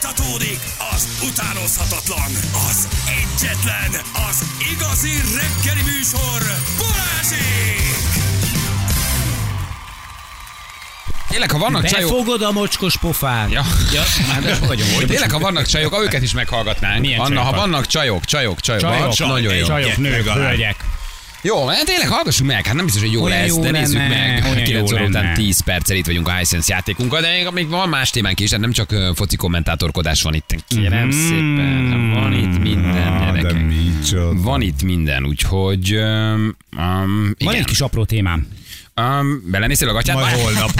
Folytatódik az utánozhatatlan, az egyetlen, az igazi reggeli műsor, Balázsék! Tényleg, ha vannak csajok... Befogod a mocskos pofán. Ja, már de vagyunk. tényleg, ha vannak csajok, őket is meghallgatnánk. Milyen Anna, ha csajokat? vannak csajok, nagyon jó. Csajok, nők, hölgyek. Jó, hát tényleg hallgassunk meg, hát nem biztos, hogy jó Olyan lesz, jó de nézzük lenne, meg. olyan 9 jó óra után lenne. 10 perccel itt vagyunk a Hisense játékunkkal, de még van más témánk is, tehát nem csak foci kommentátorkodás van itt. Kérem szépen, van itt minden, De gyerekek. micsoda. Van itt minden, úgyhogy... Van igen. egy kis apró témám. Belenéztél a gatyádba? Majd holnap.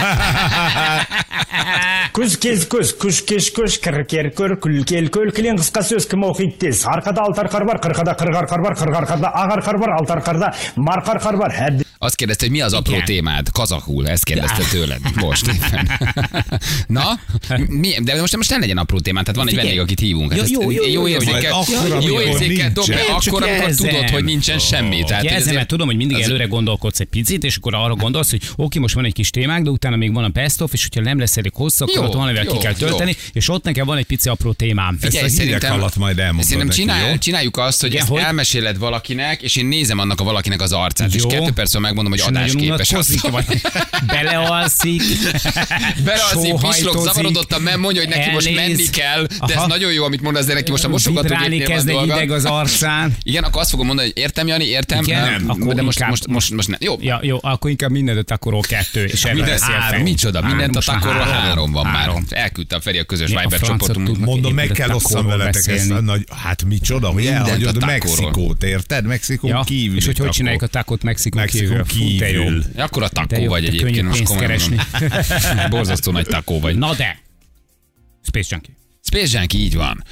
Күз кез көз, күш кеш көш, кір көл кілең қысқа сөз кім оқиды тез. Арқада алты арқар бар, қырқада қырық арқар бар, қырық арқарда ақ арқар бар, алты arqarda marq arqar бар. Azt kérdezte, hogy mi az apró Igen. témád? Kazahul, ezt kérdezte tőled most éppen. Na, de most nem legyen apró témád, tehát van egy vendég, akit hívunk. Hát jó érzékkel, Akkor, jó amikor érzékkel dobja, nincsen. akkor, amikor Jelzem. tudod, hogy nincsen semmi. Tehát, hogy Jelzem, azért- mert tudom, hogy mindig előre gondolkodsz egy picit, és akkor arra gondolsz, hogy oké, most van egy kis témánk, de utána még van a best of, és hogyha nem lesz elég hosszú, akkor Jó, ott valamivel ki jó, kell tölteni, és ott nekem van egy pici apró témám. Ezt a hírek alatt majd elmondod Szerintem neki, jó? csináljuk azt, hogy Igen, ezt hogy? elmeséled valakinek, és én nézem annak a valakinek az arcát, és Jó. 2 percben megmondom, hogy És nagyon adásképes. unatkozik, vagy belealszik, Belealszik, pislog, sóhajtozik, zavarodottan, mert mondja, hogy neki most elnéz. menni kell, de ez Aha. nagyon jó, amit mondasz, de neki most a vibrálni mosogatógépnél van kezd egy dolga. ideg az arcán. Igen, akkor azt fogom mondani, hogy értem, Jani, értem, Igen, nem, akkor de inkább- most nem. Jó, Ja, jó, akkor inkább mindent a takoró 2, és erről minden, beszél fel. micsoda, mindent a Most már takorról 3 van már. Három. Elküldte a Feri a közös Mi a Viber francot csoportunknak. tudnak? Mondom, meg Én kell osszam takorról veletek ezt beszélni. a nagy... Hát micsoda, hogy Mindent elhagyod a takorról. Mexikót, érted? Mexikón Ja, kívül. és hogy csinálják a takot Mexikon kívül? Mexikón Fú, de jó. kívül. Akkor a De takó jó, vagy te egyébként, könnyű most pénzt komolyan mondom. Borzasztó nagy takó vagy. Na de! Space Junkie. Space Junkie, így van.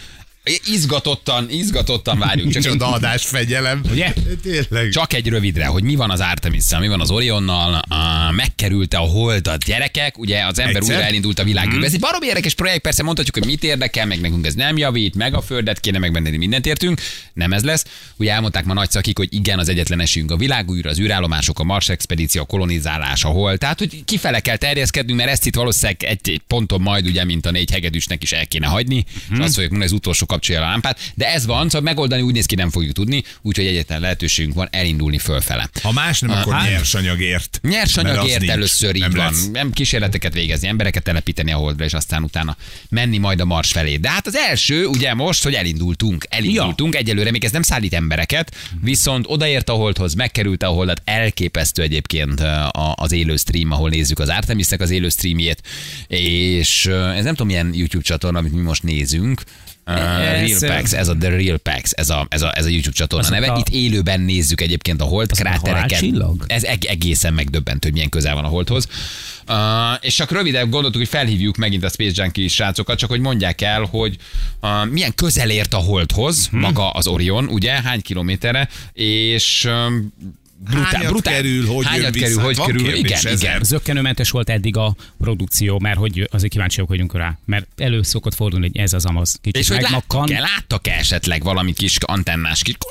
Izgatottan várjuk. Micsoda adásfegyelem. Ugye? Tényleg. Csak egy rövidre, hogy mi van az Artemisszal, mi van az Orionnal, megkerülte a holdat, gyerekek, ugye az ember Egyszer? újra elindult a világűrbe. Ez egy baromi érdekes projekt, persze mondhatjuk, hogy mit érdekel, meg nekünk ez nem javít, meg a Földet kéne megvenni, mindent értünk, nem ez lesz. Ugye elmondták ma nagy szakik, hogy igen, az egyetlen esélyünk a világűr, az űrállomások, a Mars expedíció, a kolonizálás, a hold. Tehát, hogy kifele kell terjeszkednünk, mert ezt itt valószínűleg egy ponton majd, ugye, mint a 4 hegedűsnek is el kéne hagyni, és azt fogjuk mondani, az utolsó kapcsolja a lámpát. De ez van, szóval megoldani úgy néz ki, nem fogjuk tudni, úgyhogy egyetlen lehetőségünk van elindulni fölfele. Ha más nem, akkor Hát- nyersanyagért. Mert Nyersanyagért az nincs. először így Nem van. lesz. Nem kísérleteket végezni, embereket telepíteni a holdra, és aztán utána menni majd a Mars felé. De hát az első, ugye most, hogy elindultunk. Egyelőre még ez nem szállít embereket, viszont odaért a holdhoz, megkerült a holdat, elképesztő egyébként az élő stream, ahol nézzük az Artemisnek az élő streamjét, és ez nem tudom milyen YouTube csatorna, amit mi most nézünk, RealPax, ez a The RealPax, ez a YouTube csatorna Azok neve. a- Itt élőben nézzük egyébként a hold krátereket. halálcsillag? Ez egészen megdöbbentő, hogy milyen közel van a holdhoz. És csak röviden gondoltuk, hogy felhívjuk megint a Space Junkie srácokat, csak hogy mondják el, hogy milyen közel ért a holdhoz maga az Orion, ugye, hány kilométerre, és Hányat kerül, hogy jön hányat vissza? kerül, hogy Van kerül, kérdés igen, ezzel? igen. Zökkenőmentes volt eddig a produkció, mert hogy azért kíváncsiak vagyunk rá. Mert elő szokott fordulni, hogy ez az amaz. Kicsit És hogy megmakkan. láttak-e esetleg valami kis antennás kis...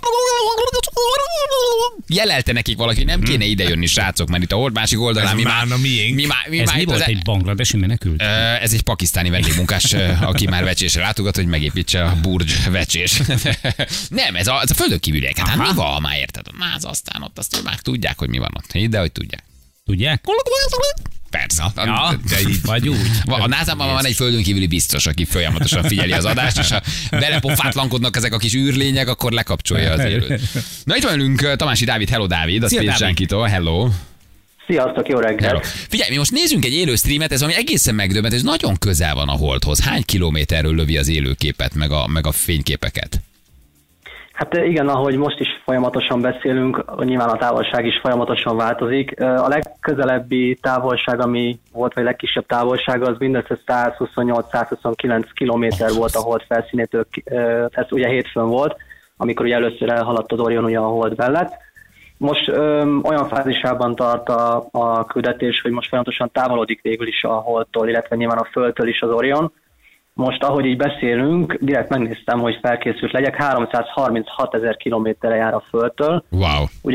Jelelte nekik valaki, nem kéne idejönni, srácok, mert itt a hold másik oldalán Ez mi már a miénk. Ez mi volt, egy bangladesi menekült? Ez egy pakisztáni vendégmunkás, aki már vecsésre látogat, hogy megépítse a Burj vecsés. Nem, ez a földön kívüliek. Hát mi van, már érted? Náz aztán ott azt már tudják, hogy mi van ott. Hidd el, hogy tudják. Tudják? Persze. Ja, vagy úgy. A NASA-ban van egy földön kívüli biztos, aki folyamatosan figyeli az adást, és ha belepofátlankodnak ezek a kis űrlények, akkor lekapcsolja az élőt. Na itt van velünk Tamási Dávid, hello Dávid, a Szia, Space Dávid. Junkie-tól, hello. Sziasztok, jó Hello. reggelt! Figyelj, mi most nézzünk egy élő streamet, ez ami egészen megdöbbent, ez nagyon közel van a holdhoz. Hány kilométerről lövi az élőképet, meg a fényképeket? Hát igen, ahogy most is folyamatosan beszélünk, nyilván a távolság is folyamatosan változik. A legközelebbi távolság, ami volt, vagy legkisebb távolság, az mindössze 128-129 kilométer volt a hold felszínétől. Ez ugye hétfőn volt, amikor ugye először elhaladt az Orion ugye a hold mellett. Most olyan fázisában tart a küldetés, hogy most folyamatosan távolodik végül is a holdtól, illetve nyilván a Földtől is az Orion. Most, ahogy így beszélünk, direkt megnéztem, hogy felkészült legyek, 336 000 kilométerre jár a Földtől. Wow. Ugye azt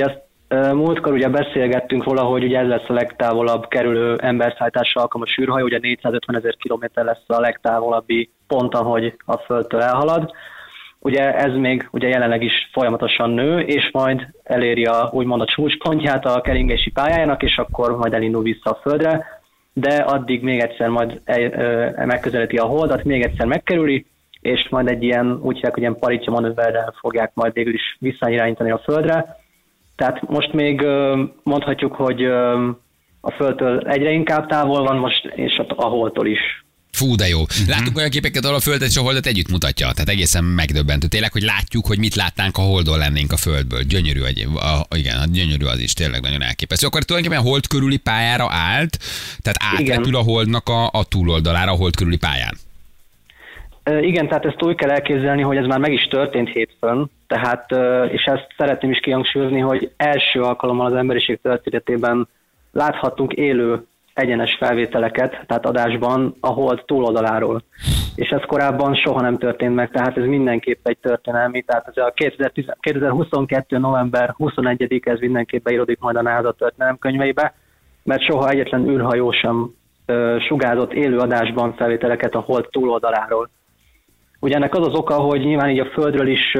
Múltkor ugye beszélgettünk róla, hogy ugye ez lesz a legtávolabb kerülő emberszállításra alkalmas űrhajó, ugye 450 000 kilométer lesz a legtávolabbi pont, ahogy a Földtől elhalad. Ugye ez még ugye jelenleg is folyamatosan nő, és majd eléri úgymond a csúcspontját a keringési pályájának, és akkor majd elindul vissza a Földre, de addig még egyszer majd megközelíti a Holdat, még egyszer megkerüli, és majd egy ilyen, úgy hívják, hogy ilyen paritja manőverrel fogják majd végül is visszairányítani a Földre. Tehát most még mondhatjuk, hogy a Földtől egyre inkább távol van most, és a Holdtól is. Fú, de jó. Látunk olyan képeket, ahol a Földet és a Holdat együtt mutatja. Tehát egészen megdöbbentő. Tényleg, hogy látjuk, hogy mit látnánk, a Holdon lennénk a Földből. Gyönyörű, igen, gyönyörű az is, tényleg nagyon elképesztő. Akkor tulajdonképpen Hold körüli pályára állt, tehát átrepül a Holdnak a túloldalára a Hold körüli pályán. Igen, tehát ezt úgy kell elképzelni, hogy ez már meg is történt hétfőn, tehát, és ezt szeretném is kihangsúlyozni, hogy első alkalommal az emberiség történetében láthattunk élő egyenes felvételeket, tehát adásban a Hold túloldaláról. És ez korábban soha nem történt meg, tehát ez mindenképp egy történelmi, tehát ez a 2022. november 21-e ez mindenképp beíródik majd a NASA történelemkönyveibe, mert soha egyetlen űrhajó sem sugárzott élő adásban felvételeket a Hold túloldaláról. Ugye ennek az az oka, hogy nyilván így a Földről is,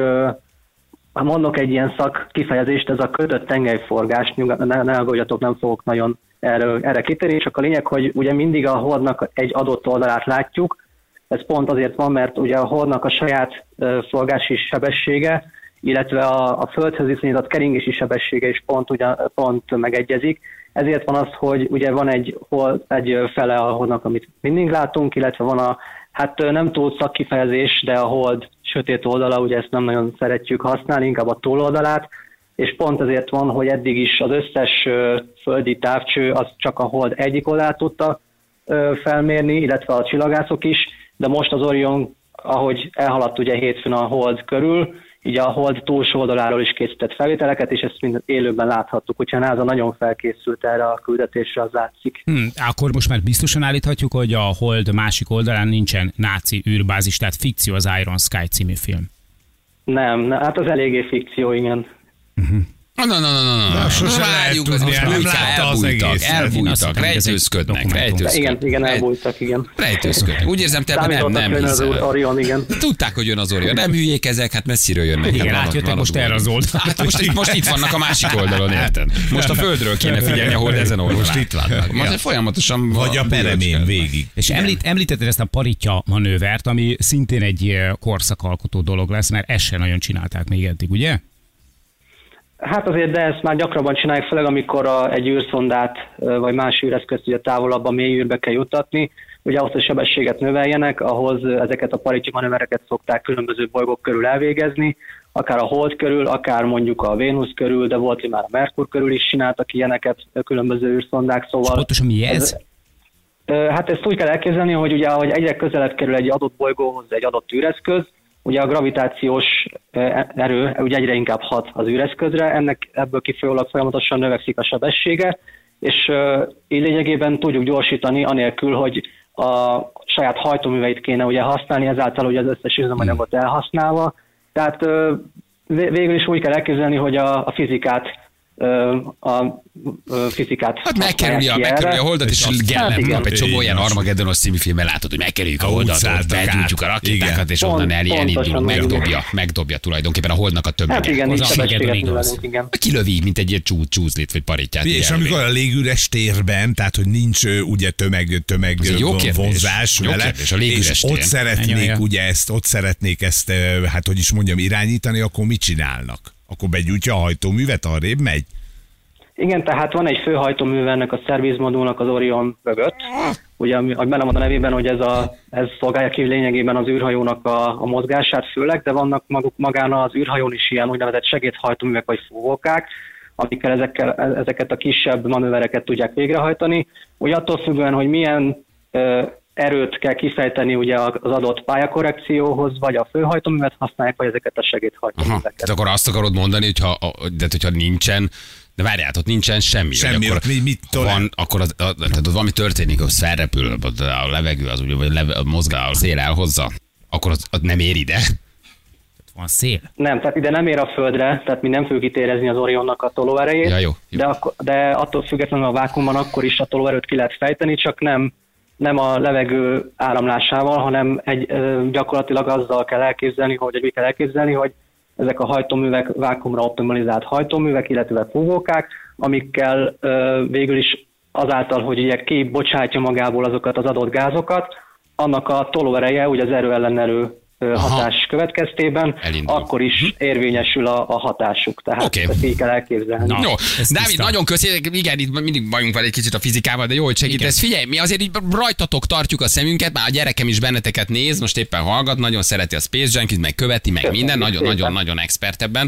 ha mondok egy ilyen szak kifejezést, ez a kötött tengelyforgás, ne aggódjatok, nem fogok nagyon erre kitérni, csak a lényeg, hogy ugye mindig a Holdnak egy adott oldalát látjuk, ez pont azért van, mert ugye a Holdnak a saját forgási sebessége, illetve a Földhöz viszonyított keringési sebessége is pont megegyezik. Ezért van az, hogy ugye van egy fele a Holdnak, amit mindig látunk, illetve van hát nem túl szakkifejezés, de a Hold sötét oldala, ugye ezt nem nagyon szeretjük használni, inkább a túloldalát, és pont ezért van, hogy eddig is az összes földi távcső az csak a Hold egyik oldalát tudta felmérni, illetve a csillagászok is, de most az Orion, ahogy elhaladt ugye hétfőn a Hold körül, így a Hold túlsó oldaláról is készített felvételeket, és ezt mind élőben láthattuk, úgyhogy a NASA nagyon felkészült erre a küldetésre, az látszik. Akkor most már biztosan állíthatjuk, hogy a Hold másik oldalán nincsen náci űrbázis, tehát fikció az Iron Sky című film. Nem, hát az eléggé fikció, igen. Sose várjuk, elbújtak, rejtőzködnek. Igen, elbújtak, igen. Rejtőzködnek. Úgy érzem, te nem hiszel. Orion, igen. Tudták, hogy jön az Orion. Nem hülyék ezek, hát messziről jönnek. Igen, átjöttek most erre az oldalra. Hát most itt vannak a másik oldalon, érted? Most a Földről kéne figyelni, ahol ezen oldalon. Most itt vannak. Most folyamatosan... Vagy a peremén végig. És említetted ezt a paritja manővert, ami szintén egy korszakalkotó dolog lesz, mert ezt sem nagyon csinálták még eddig, ugye? Hát azért, de ezt már gyakrabban csinálják, főleg amikor egy űrszondát vagy más űreszközt ugye távolabb a mély űrbe kell juttatni, ugye ahhoz, hogy sebességet növeljenek, ahhoz ezeket a paritja manővereket szokták különböző bolygók körül elvégezni, akár a Hold körül, akár mondjuk a Vénusz körül, de volt, hogy már a Merkur körül is csináltak ilyeneket különböző űrszondák, szóval... Pontosan mi ez? Hát ezt úgy kell elképzelni, hogy ugye ahogy egyre közelebb kerül egy adott bolygóhoz egy adott űreszköz, ugye a gravitációs erő ugye egyre inkább hat az űreszközre, ebből kifolyólag folyamatosan növekszik a sebessége, és így lényegében tudjuk gyorsítani anélkül, hogy a saját hajtóműveit kéne ugye használni, ezáltal ugye az összes üzemanyagot elhasználva. Tehát végül is úgy kell elképzelni, hogy a fizikát hát megkerüli a Holdat, és nap egy csomó olyan Armageddonos című filmen látod, hogy megkerüljük a Holdat, ott bedújtjuk a rakétákat, és onnan elindulunk, megdobja tulajdonképpen a Holdnak a tömege. Hát igen, így sebességet növelünk, igen. Kilövi, mint egy ilyen csúszlit, vagy paritját. És amikor a légüres térben, tehát hogy nincs ugye tömeg vonzás vele, és ott szeretnék ezt, hát hogy is mondjam, irányítani, akkor mit csinálnak? Akkor begyújtja a hajtóművet, arrébb megy? Igen, tehát van egy főhajtóműve ennek a szervizmodulnak az Orion mögött. Ugye, ahogy benne van a nevében, hogy ez szolgálja ki lényegében az űrhajónak a mozgását főleg, de vannak magán az űrhajón is ilyen úgynevezett segédhajtóművek vagy fúvókák, amikkel ezeket a kisebb manővereket tudják végrehajtani. Ugye attól függően, hogy milyen erőt kell kifejteni ugye az adott pályakorrekcióhoz, vagy a főhajtóművet használják, vagy ezeket a segédhajtóműveket. Tehát akkor azt akarod mondani, hogyha nincsen, de várjál, ott nincsen semmi. Semmi, akkor mit van, akkor tehát valami történik, hogy felrepül a levegő, az ugye, vagy mozgál, a szél elhozza, akkor az nem ér ide. Van szél? Nem, tehát ide nem ér a földre, tehát mi nem fogjuk itt érezni az Orionnak a tolóerejét, ja, jó. De attól függetlenül a vákuumban akkor is a tolóerőt ki lehet fejteni, csak nem a levegő áramlásával, hanem gyakorlatilag azzal kell elképzelni, hogy ezek a hajtóművek vákuumra optimalizált hajtóművek, illetve fúvókák, amikkel végül is azáltal, hogy ugye kibocsátja magából azokat az adott gázokat, annak a tolóereje, ugye az erő-ellenerő hatás következtében, elindul. Akkor is érvényesül a hatásuk. Tehát ezt így kell elképzelni. Jó, Dávid, nagyon köszönjük. Igen, itt mindig bajunk van egy kicsit a fizikával, de jó, hogy segítesz. Figyelj, mi azért így rajtatok tartjuk a szemünket, már a gyerekem is benneteket néz, most éppen hallgat, nagyon szereti a Space Junkies, meg követi, meg minden, nagyon expert ebben.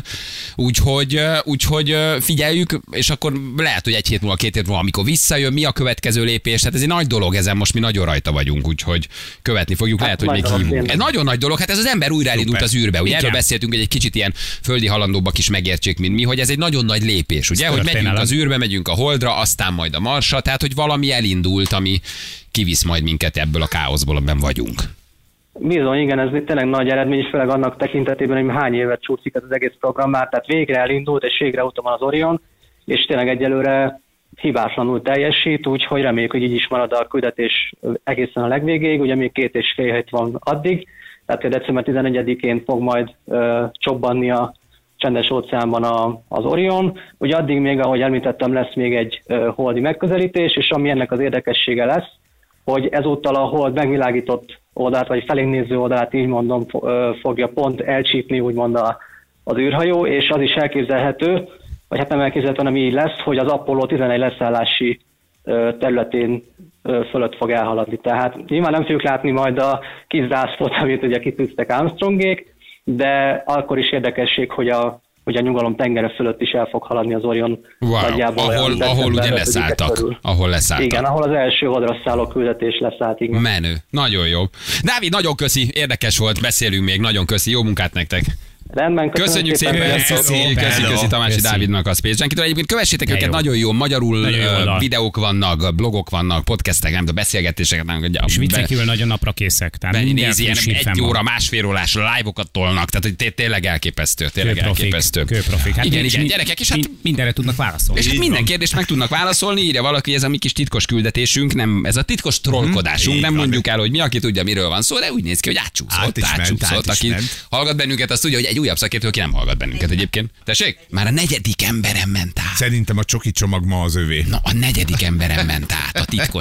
Úgyhogy figyeljük, és akkor lehet, hogy 1 hét múlva, 2 hét múlva, amikor visszajön, mi a következő lépés. Hát ez egy nagy dolog, ezen most mi nagyon rajta vagyunk, úgyhogy követni fogjuk, lehet, hogy még hívunk. Ez nagyon nagy dolog. Hát ez az ember újra elindult az űrbe. Ugye erről beszéltünk, hogy egy kicsit ilyen földi halandóbbak is megértsék, mint mi, hogy ez egy nagyon nagy lépés, ugye? Hogy megyünk az űrbe, megyünk a Holdra, aztán majd a Marsra, tehát hogy valami elindult, ami kivisz majd minket ebből a káoszból, amiben vagyunk. Bizony, igen, ez tényleg nagy eredmény, főleg annak tekintetében, hogy hány évet csúszik ez az egész program már, tehát végre elindult, és végre úton van az Orion, és tényleg egyelőre hibátlanul teljesít, úgyhogy reméljük, hogy így is marad a küldetés egészen a legvégéig, ugye még 2,5 hét van addig, tehát december 11-én fog majd csobbanni a csendes óceánban az Orion. Ugye addig még, ahogy említettem, lesz még egy holdi megközelítés, és ami ennek az érdekessége lesz, hogy ezúttal a hold megvilágított oldalt, vagy felénk néző oldalt, így mondom, fogja pont elcsípni, úgymond az űrhajó, és az is elképzelhető, vagy hát nem elképzelhető, hanem így lesz, hogy az Apollo 11 leszállási területén fölött fog elhaladni. Tehát nyilván nem fogjuk látni majd a kis zászlót, amit ugye kitűztek Armstrongék, de akkor is érdekesség, hogy a nyugalom tengere fölött is el fog haladni az Orion. Wow, ahol ugye leszálltak. Igen, ahol az első holdra szálló küldetés leszállt. Igen. Menő. Nagyon jó. Dávid, nagyon köszi, érdekes volt, beszélünk még, nagyon köszi, jó munkát nektek. Rendben, köszönjük szépen, köszi Tamási Dávidnak a Space Junkie-től. Egyébként kövessétek őket, nagyon jó, magyarul videók vannak, blogok vannak, podcastek, nem tudom, beszélgetések. És viccen kívül nagyon napra készek. Nézi, ilyen 1 óra, másfél órás live-okat tolnak, tehát hogy tényleg elképesztő. Kőprofik. Hát igen, gyerekek, és hát mindenre tudnak válaszolni. És hát minden kérdést meg tudnak válaszolni, írja valaki, ez a mi kis titkos küldetésünk, nem, ez a titkos trollkodásunk, nem mondjuk el, hogy mi, aki tudja, miről van szó, de úgy néz ki, hogy átcsúszott. Aki hallgat bennünket, azt tudja, hogy egy újabb szakértő, aki nem hallgat bennünket egyébként. Tessék? Már a 4. emberen ment át. Szerintem a csoki csomag ma az övé. Na, a 4. emberen ment át.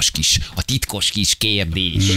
A titkos kis kérdés.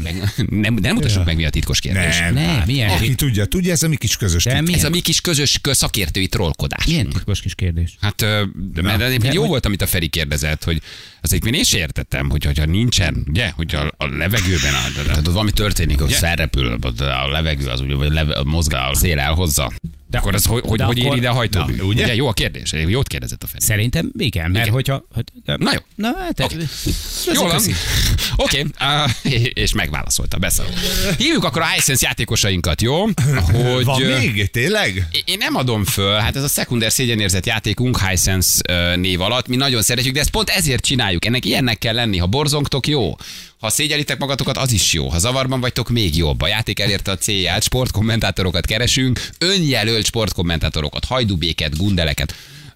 Nem mutassuk meg, mi a titkos kérdés. Nem, milyen? Aki tudja, ez a mi kis közös titkos. Ez a mi kis közös szakértői trollkodás. Milyen titkos kis kérdés? Hát, mert jó volt, amit a Feri kérdezett, hogy azért én is értettem, hogyha nincsen, ugye, hogy a levegőben, tehát valami történik, hogy felrepül a levegő, az ugye, vagy mozgál, a szél elhozza. De akkor az hogy ér ide a hajtómű? Ugye? Jó a kérdés. Jót kérdezett a Feri. Szerintem igen, mert hogyha... Na jó. Na, hát... Jól van. Oké. És megválaszolta, beszélt. Hívjuk akkor a Hisense játékosainkat, jó? Hogy, van még? Tényleg? Én nem adom föl. Hát ez a szekunder szégyenérzet játékunk Hisense név alatt. Mi nagyon szeretjük, de ezt pont ezért csináljuk. Ennek ilyennek kell lenni. Ha borzongtok, jó. Ha szégyelitek magatokat, az is jó. Ha zavarban vagytok, még jobb. A játék elérte a célját, sportkommentátorokat keresünk, önjelölt sportkommentátorokat, Hajdubéket, Gundeleket,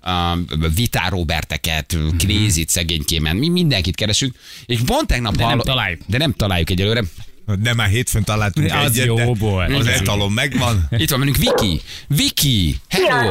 Vitár Roberteket, Knézit, szegénykémen, mi mindenkit keresünk. És pont tegnap de nem találjuk egyelőre. De már hétfőn találtunk az egyet, az etalon megvan. Itt van velünk Viki. Hello.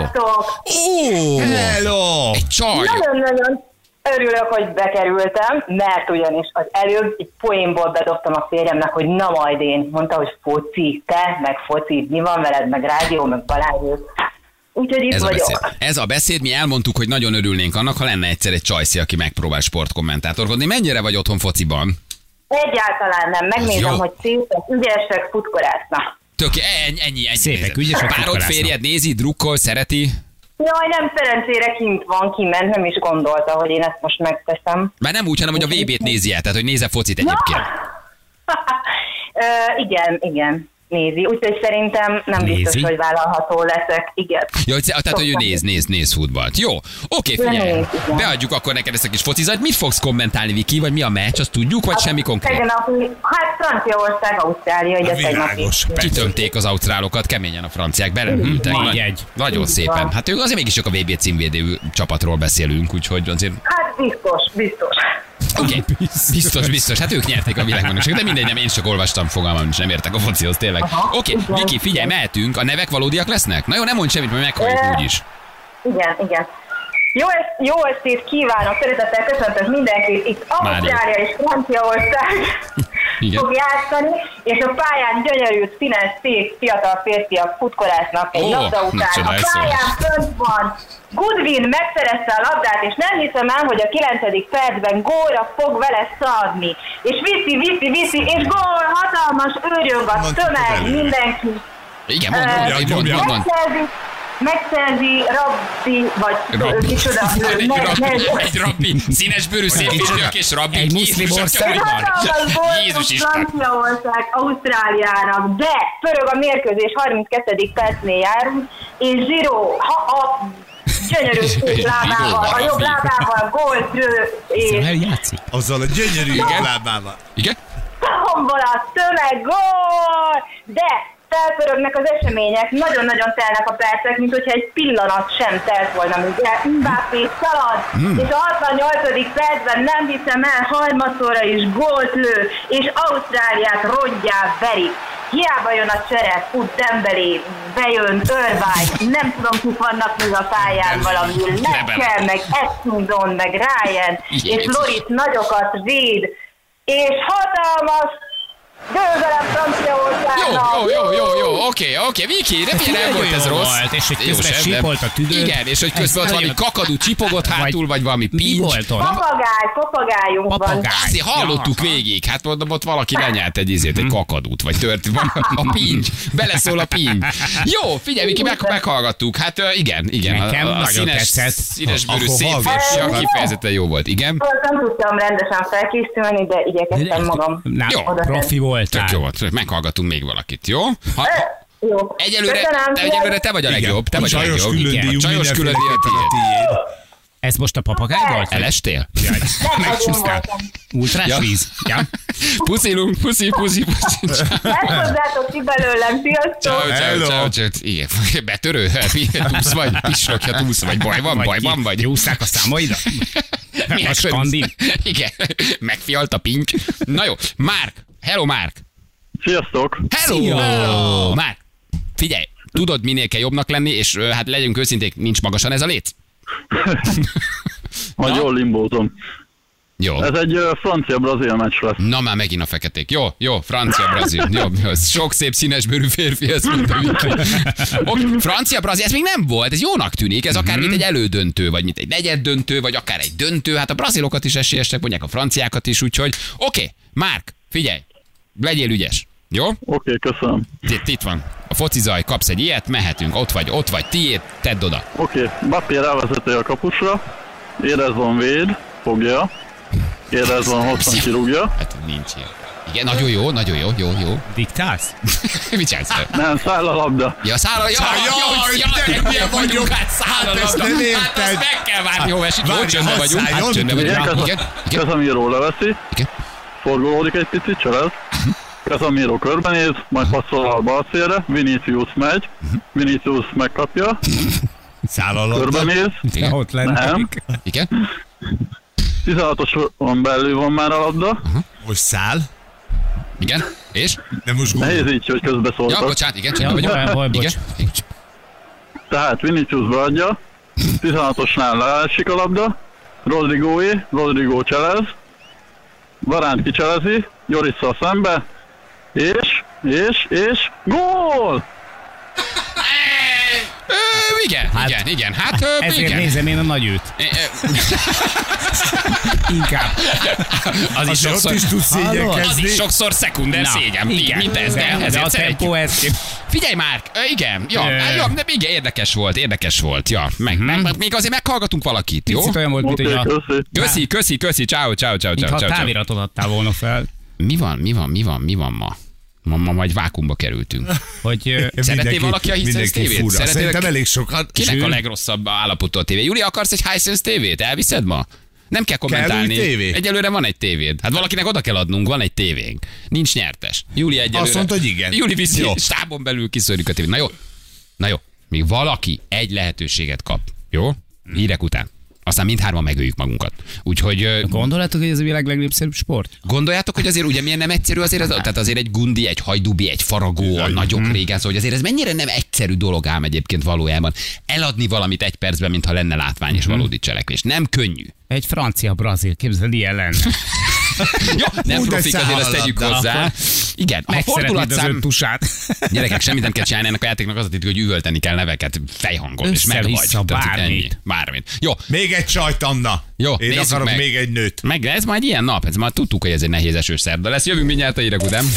Hello. Egy csaj. Nagyon-nagyon örülök, hogy bekerültem, mert ugyanis az előbb egy poénból bedobtam a férjemnek, hogy na majd én. Mondta, hogy foci, te, meg foci, mi van veled, meg rádió, meg Balázs. Úgyhogy itt vagyok. Ez a beszéd, mi elmondtuk, hogy nagyon örülnénk annak, ha lenne egyszer egy csajszi, aki megpróbál sportkommentátorkodni. Mennyire vagy otthon fociban? Egyáltalán nem. Megnézem, hogy szépek, ügyesek, futkorásznak. Ennyi. Szépek, ügyesek, párod, férjed nézi, drukkol, szereti? Jaj, nem, szerencsére kiment, nem is gondolta, hogy én ezt most megteszem. Már nem úgy, hanem hogy a VB-t nézi el, tehát hogy nézze focit egyébként. Igen. nézi, úgyhogy szerintem nem biztos, hogy vállalható leszek. Igen. Jó, tehát, hogy ő néz futballt. Jó, oké, figyelj, beadjuk akkor neked ezt a kis focizat. Mit fogsz kommentálni, Viki, vagy mi a meccs, azt tudjuk, vagy semmi konkrét? Hát Franciaország, Ausztrália, ugye tegnapi. Kitömték az ausztrálokat, keményen a franciák belehűltek. Nagyon szépen. Hát ők azért mégis csak a VB címvédő csapatról beszélünk, úgyhogy azért... Hát biztos. Oké, biztos. Hát ők nyerték a világbajnokságot, de mindegy, nem, én csak olvastam, fogalmam nincs, nem értek a focihoz tényleg. Oké, Viki, figyelj, mehetünk, a nevek valódiak lesznek? Na jó, nem mondj semmit, mert meghalljuk úgyis. Igen. Jó estét kívánok, szeretettel köszöntök mindenkit. Itt Ausztrália és Franciaország fog játszani, és a pályán gyönyörű, színes, szép, fiatal férfiak futkorásznak egy labda után. A pályán fönt van Goodwin, megszerezte a labdát, és nem hiszem el, hogy a 9. percben gólra fog vele szaladni. És viszi, és gól, hatalmas őrjöng a tömeg, mindenki. Igen, mondom. Megszerzi Rabbi, vagy kicsoda. Egy Rabbi, színesbőrű szép férfiak és Rabbi. Egy muszlim országban. Jézus Isten. Franciaország Ausztráliának, de pörög a mérkőzés, 32. percnél járunk, és Zsiró, a gyönyörű szép lábával, a jobb lábával gólt lő, és... Azzal a gyönyörű jobb lábával. Igen? Tombol a tömeg, gól! De felpörögnek az események, nagyon-nagyon telnek a percek, mint hogyha egy pillanat sem telt volna, ugye Mbappé szalad, és a 68. percben nem hiszem el, harmadszorra is gólt lő, és Ausztráliát rongyá verik. Hiába jön a csere, fut Dembélé, bejön Irvine, nem tudom, kik vannak még a pályán valami, Leckel, meg Essendon, meg Ryan, és Loris nagyokat véd, és hatalmas győzelem Franciaországnak. Jó, oké, Viki, remélem volt ez rossz. Volt, és hogy közben sípolt a tüdő. Igen, és hogy közben ott valami kakadú csipogott hátul, vagy valami pincs. Papagájunk van. Azért hallottuk végig, hát ott valaki lenyelt egy kakadút, vagy tört, a pincs, beleszól a pincs. Jó, figyelj, Viki, meghallgattuk, hát igen. Nekem a nagyon tetszett. Színesbőrű szép férfiak kifejezetten jó volt, igen. Nem tudtam rendesen felkészülni, de igyekeztem magam. Jó, profi voltál. Tök jó volt, meghallgatunk még valakit, jó? Jó. Egyelőre te vagy a legjobb. Te vagy a legjobb. A csajos külön tiéd. Ez most a papagáj volt? Elestél? Megsúsztál. Ultrás víz. Ja. Puszilunk, puszi. Meghozzátok ki belőlem, sziasztok! Ciao. Igen, betörő? Túsz vagy? Pisrokja túsz vagy? Bajban vagy? Gyúzták a számaidat? A skandin? Igen, megfialt a pincs. Na jó, Márk. Hello, Márk. Sziasztok! Hello! Márk, figyelj, tudod, minél kell jobbnak lenni, és hát legyünk őszinték, nincs magasan ez a léc? Majd jól limbózom. Jó. Ez egy francia-brazil meccs lesz. Na már megint a feketék. Jó, francia-brazil. Jó, sok szép színesbőrű férfi, ezt mondta Viki. Francia-brazil, ez még nem volt, ez jónak tűnik, ez akár mint egy elődöntő, vagy mint egy negyeddöntő, vagy akár egy döntő, hát a brazilokat is esélyesek, mondják a franciákat is, úgyhogy oké, Márk, figyelj, legyél ügyes. Jó? Oké, köszönöm. Itt van. A focizaj, kapsz egy ilyet, mehetünk, ott vagy, tiéd, tedd oda. Oké, Mbappé rávezető a kapusra, Érezvan véd, fogja, Érezvan hosszan kirúgja. Hát nincs ilyen. Igen, nagyon jó. Diktálsz? Mit csinálsz? Nem, száll a labda. Ja, száll a labda. Milyen vagyunk, hát száll a labda. Hát azt meg kell várni, hova esik. Jó, csöndben vagyunk. Igen. Casemiro leveszi. Igen. Forgolódik egy picit, cselez. Casemiro körbenéz, majd passzol a bal szélre, Vinicius megy, Vinicius megkapja, száll a labda. Körbenéz, ott nem. Igen. 16-oson belül van már a labda. Most száll. Igen, és? Nehéz így, hogy közbeszóltak. Ja, bocsánat, igen, csöndben vagyunk. Igen. Tehát Vinicius beadja, 16-osnál leesik a labda, Rodrigo cselez, Varánt kicselezi, Jorisszal szembe, és gól! Igen. Hát ezért igen. nézem én a nagy őt. Inkább. Az is sokszor szekunder szégyen. Igen. Mint ez, de a tempó ez. Figyelj már, igen. De igen, érdekes volt. Ja, még azért meghallgatunk valakit, jó? Picit olyan volt, mint hogy a... Köszi, ciao. Mintha táviratodat adtál volna fel. Mi van ma? Ma majd vákumba kerültünk. Hogy szeretné valaki a Hisense tévét? Szerintem elég sokat. Kinek a legrosszabb állapotú a tévé? Júli, akarsz egy Hisense tévét? Elviszed ma? Nem kell kommentálni. Egyelőre van egy tévéd. Hát valakinek oda kell adnunk, van egy tévénk. Nincs nyertes. Júli egyelőre. Azt mondta, hogy igen. Júli viszi, stábon belül kiszorjuk a tévét. Na jó. Még valaki egy lehetőséget kap. Jó? Hírek után. Aztán mindhárman megöljük magunkat. Úgyhogy... Gondoljátok, hogy ez a világ legnépszerűbb sport? Gondoljátok, hogy azért ugye milyen nem egyszerű azért, tehát azért egy Gundi, egy Hajdubi, egy Faragó, a nagyok régen, szóval hogy azért ez mennyire nem egyszerű dolog ám egyébként valójában. Eladni valamit egy percben, mintha lenne látvány és valódi cselekvés. Nem könnyű. Egy francia-brazil, képzeld, ilyen lenne. Jó, nem profik, azért azt tegyük hozzá. Igen, a fordulatszám... Gyerekek, semmit nem kell csinálni, ennek a játéknak az a titka, hogy üvölteni kell neveket fejhangon, és meg vagy. Bármit. Jó. Még egy csajt, Anna. Jó, én akarok meg. Még egy nőt. Meg ez majd ilyen nap, ez már tudtuk, hogy ez egy nehéz esős szerda lesz. Jövünk mindjárt a hírek után.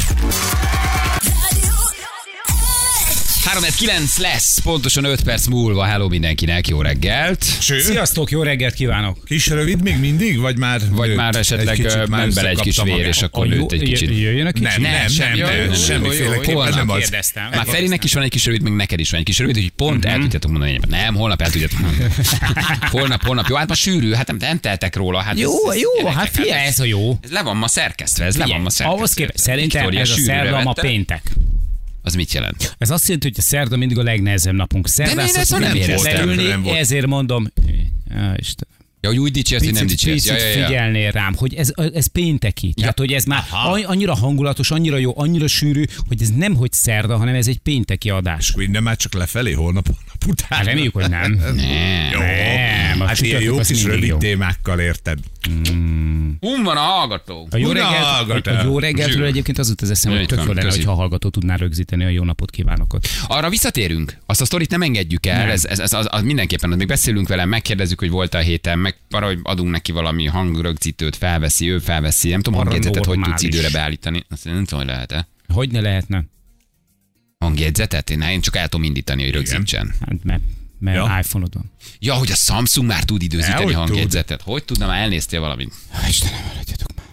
3-9 lesz, pontosan 5 perc múlva. Hello mindenkinek, jó reggelt. Sziasztok, jó reggelt kívánok. Kis rövid még mindig, vagy már esetleg ment bele egy kis vér, és akkor nőtt egy kicsit. Jöjjön Nem, semmiféleképpen nem az. Már Ferinek is van egy kis rövid, meg neked is van egy kis rövid, hogy pont el tudjátok mondani. Nem, holnap el tudjátok mondani. Holnap, jó, hát ma sűrű, hát nem teltek róla. Hát jó, hát figyelj, ez a jó. Ez le van ma szerkesztve, Ahhoz képest, szerintem ez a szerda ma péntek. Az mit jelent? Ez azt jelenti, hogy a szerda mindig a legnehezebb napunk. Szerdán nem éreztem. Ezért mondom, Isten. Ja, hogy úgy dicsérsz, hogy nem dicsérsz. Picit figyelnél rám, hogy ez pénteki. Tehát, hogy ez már annyira hangulatos, annyira jó, annyira sűrű, hogy ez nem hogy szerda, hanem ez egy pénteki adás. Minden már csak lefelé holnap után. Reméljük, hogy nem. Nem. Hát ilyen jó kis rövid témákkal, érted? Van a hallgató. A jó reggeltről egyébként az jut az eszembe, hogy tök jó lenne, hogyha a hallgató tudná rögzíteni a jó napot kívánokot. Arra visszatérünk. Azt a sztorit nem engedjük el. Ez mindenképpen, még beszélünk vele, megkérdezzük, hogy volt a héten, meg hogy adunk neki valami hangrögzítőt, felveszi, ő felveszi. Nem tudom, hangjegyzetet hogy tudsz időre beállítani. Azt nem tudom, hogy lehet-e. Hogy ne lehetne? Hangjegyzetet? Én csak el tudom indítani, hogy rögzítsen. Hát, mert iPhone-od van. Ja, hogy a Samsung már tud időzíteni hangjegyzetet. Hogy tudna, már elnéztél valamit? Istenem, maradjatok már.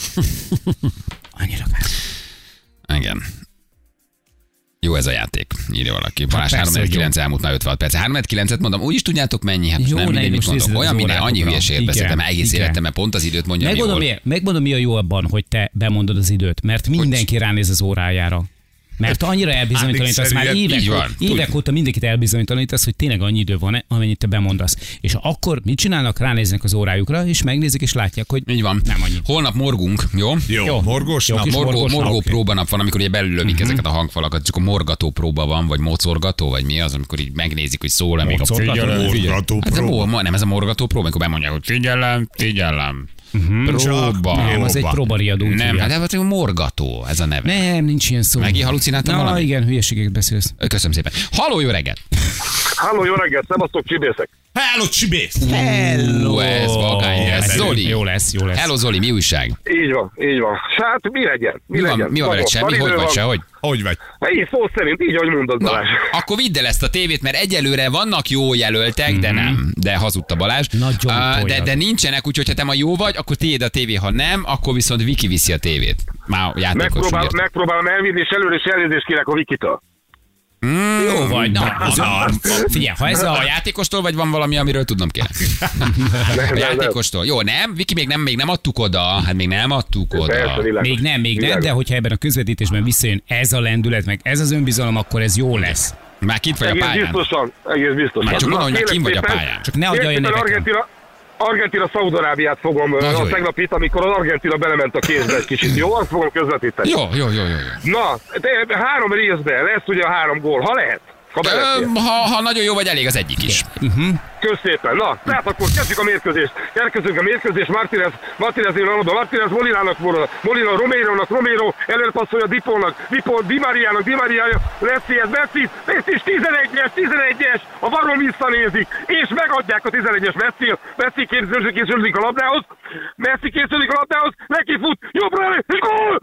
Annyira kár. Igen. Jó ez a játék, írja valaki. Balázs 3-9 elmúlt már 56 perc. 3-9-et mondom, úgy is tudjátok mennyi? Hát jó, nem mindegy, mit mondok. Olyan minden, annyi hülyeséget beszéltem egész életemben, pont az időt mondjam. Megmondom, mi a jó abban, hogy te bemondod az időt, mert mindenki ránéz az órájára. Mert annyira elbizonytalanítasz, már évek óta mindenkit elbizonytalanítasz, hogy tényleg annyi idő van, amennyit te bemondasz. És akkor mit csinálnak? Ránéznek az órájukra, és megnézik, és látják, hogy így van. Nem annyi. Holnap morgunk, jó? Morgós nap. Morgó próbanap van, amikor ugye belülövik ezeket a hangfalakat, csak a morgató próba van, vagy mocorgató, vagy mi az, amikor így megnézik, hogy szól-e még a morgató próba. Nem ez a morgató próba, amikor bemondják, hogy figyelem. Próba. Nem, az egy próbariadó. Nem, hát ez morgató, ez a neve. Nem, nincs ilyen szó. Megint halucináltam valami? Igen, hülyeségeket beszélsz. Köszönöm szépen. Halló, jó reggelt! Halló, jó reggelt, szevasztok, Csibészek! Hello, Csibész! Hello! Ez vagány, ez Zoli. Jó lesz. Hello, Zoli, mi újság? Így van. Hát mi legyen? Mi van veled, semmi? Hogy vagy, sehogy? Hogy vagy? Így szó szerint, így, ahogy mondod, Balázs. Akkor vidd el ezt a tévét, mert egyelőre vannak jó jelöltek, de nem. De hazudta Balázs. De nincsenek, úgyhogy ha te ma jó vagy, akkor tiéd a tévé, ha nem, akkor viszont Viki viszi a tévét. Már játékos. Megpróbálom elvinni, és előre is elnézést kérek a Vikitől. Jó vagy, figyelj, ha ez a játékostól, vagy van valami, amiről tudnom kell? A játékostól. Jó, nem? Viki, még nem adtuk oda. Hát még nem adtuk oda. Persze, még nem, de hogyha ebben a közvetítésben visszajön ez a lendület, meg ez az önbizalom, akkor ez jó lesz. Már kint vagy a pályán. Egész biztosan. Már csak mondom, hogy kint vagy a pályán. Csak ne adja olyan neveket. Argentina, Szaúd-Arábiát fogom tegnap, amikor az Argentina belement a kézbe egy kicsit. Jó, azt fogom közvetíteni. Jó. Na, 3 részben lesz ugye a 3 gól, ha lehet. Ha nagyon jó vagy, elég az egyik is. Kösz szépen. Na, tehát akkor kezdjük a mérkőzést. Martínez Molinának volna. Molina Romero előre passzolja Dipolnak. Dipol Di Mariának. Messi is 11-es. A varon visszanézik, és megadják a 11-es Messi készülődik a labdához. Neki fut, jobbra elő, és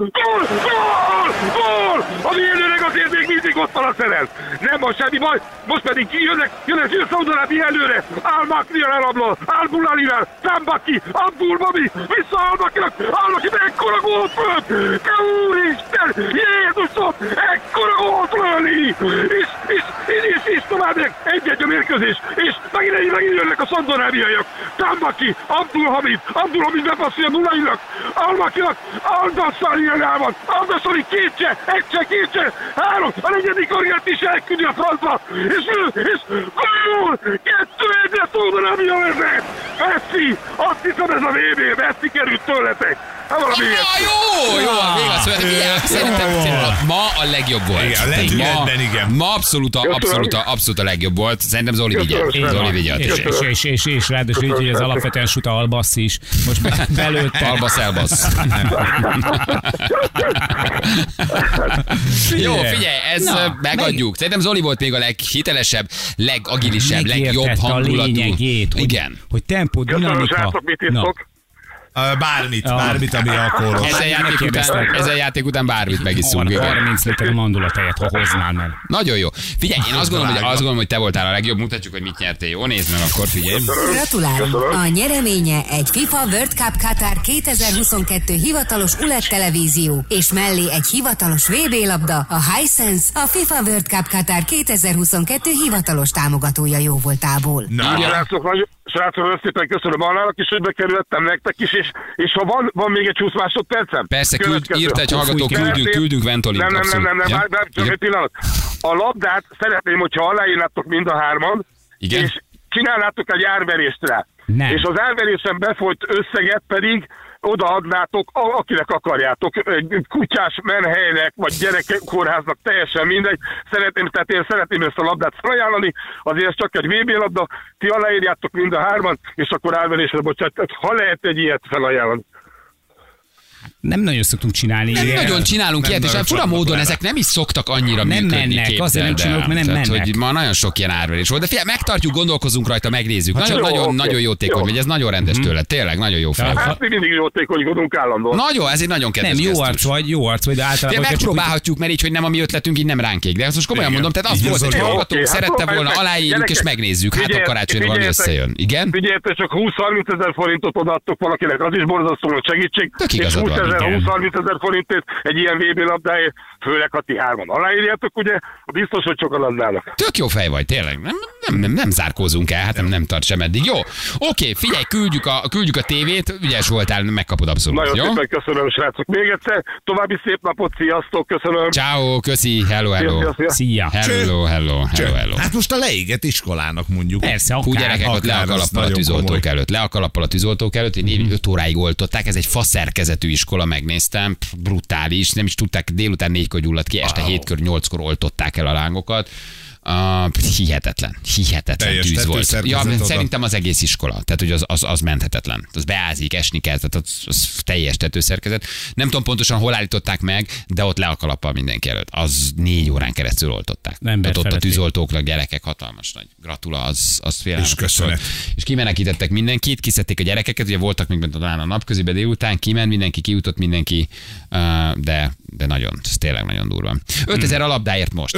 gól! A védőnek azért még mindig ott van a szerel. Nem van semmi baj, most pedig jön Szaúd-Arábia előre, Al-Makriel elablal, Al-Gulalivel, Tambaki, Abdul Babi, vissza Al-Makinak, Al-Makit ekkora gólt fölt! Te úristen! Jézusom! Ekkora gólt lőni! És tovább egy a mérkőzés, és megint jönnek a szandorábiaiak. Tambaki, Abdul Hamid bepasszolja Nulainak, Al-Makinak, Al-Dassali el van, Al-Dassali kétse, három, a negyedik orient is elküldi a francba, és gól! 2-1-re Szaudarábia vezet! Messi, azt hiszem ez a VB, Messi került tőletek. Jó, szerintem ma a legjobb volt. Igen. Ma abszolút a legjobb volt. Szerintem Zoli vigyelt. És ráadásul így, hogy az alapvetően Suta Albasz is. Most belőtt. Albasz. Jó, figyelj, megadjuk. Szerintem Zoli volt még a leghitelesebb, legagilisebb, legjobb hangulatú. Igen. Hogy tempó, dinamika. Bármit, ami akkor. Ezen játék után bármit megiszunk. 30 liter mandulatejet, ha hoznál meg. Nagyon jó. Figyelj, én azt gondolom, hogy te voltál a legjobb. Mutatjuk, hogy mit nyertél. Jó, nézd meg akkor, figyelj. Gratulálunk! A nyereménye egy FIFA World Cup Qatar 2022 hivatalos ULED televízió, és mellé egy hivatalos VB labda, a Hisense, a FIFA World Cup Qatar 2022 hivatalos támogatója jóvoltából. Srácok, szépen köszönöm Annának is, hogy bekerültem nektek is, és ha van még egy 20 másodpercem? Persze, írta egy hallgató, küldünk Ventolin. Nem, csak egy pillanat. A labdát szeretném, hogyha aláírnátok mind a hárman, és csinálnátok egy árverést rá. És az árverésen befolyt összeget pedig odaadnátok, akinek akarjátok, kutyás menhelynek, vagy gyerekkórháznak, teljesen mindegy. Én szeretném ezt a labdát felajánlani, azért ez csak egy VB labda, ti aláírjátok mind a hárman, és akkor árverésre bocsánat, ha lehet egy ilyet felajánlani. Nem nagyon szoktunk csinálni. Nem nagyon csinálunk ilyet, és fura módon ezek nem is szoktak annyira működni. Nem mennek, azért nem csinálunk, mert nem mennek. Hogy ma nagyon sok ilyen árverés volt. De figyelj, megtartjuk, gondolkozunk rajta, megnézzük. Nagyon jótékony vagy, ez nagyon rendes tőled. Tényleg, nagyon jó fel. Hát mi mindig jótékonykodunk állandóan. Nagyon, ez egy nagyon kedves gesztus. Nem, jó arc vagy, de általában... Megpróbálhatjuk, mert így, hogy nem a mi ötletünk, így nem ránk ég. De most komolyan mondom, tehát az volt, hogy hallgatók szerette volna, aláírjuk és megnézzük. Hát a karácsonyra valami összejön. Igen? Figyeljetek, csak 20-30 ezer forintot odaadtok valakinek, az is borzasztó nagy segítség. 20 ezer forintért egy ilyen VB labdáért, főleg ha ti hárman aláírjátok, ugye, biztos, hogy sokan adnának. Tök jó fej vagy, tényleg. Nem zárkózunk el, hát nem tart sem eddig. Jó, oké, figyelj, küldjük a tévét, ügyes voltál, megkapod abszolút. Nagyon szépen köszönöm, srácok. Még egyszer, további szép napot, sziasztok, köszönöm. Ciao, köszi, hello. Szia. Hello. Hát most a leégett iskolának mondjuk. Persze, akár. Gyerekek ott le a kalappal a tűzoltók előtt, én 5 óráig oltották, ez egy faszerkezetű iskola, megnéztem, brutális, nem is tudták, délután 4-kor gyulladt ki, este 7-kor, 8-kor oltották el a lángokat. Hihetetlen tűz volt. Szerintem az egész iskola, tehát hogy az menthetetlen. Az beázik, esni kezd, tehát az teljes tetőszerkezet. Nem tudom pontosan hol állították meg, de ott le a kalappal mindenki előtt. Az 4 órán keresztül oltották. Ott a tűzoltóknak, gyerekek, hatalmas nagy gratula, az félelmetes volt. És kimenekítettek mindenkit, kiszedték a gyerekeket, ugye voltak még talán a napközibe délután, kiment mindenki, kijutott mindenki, de nagyon, ez tényleg nagyon durva. 5000 a labdáért most.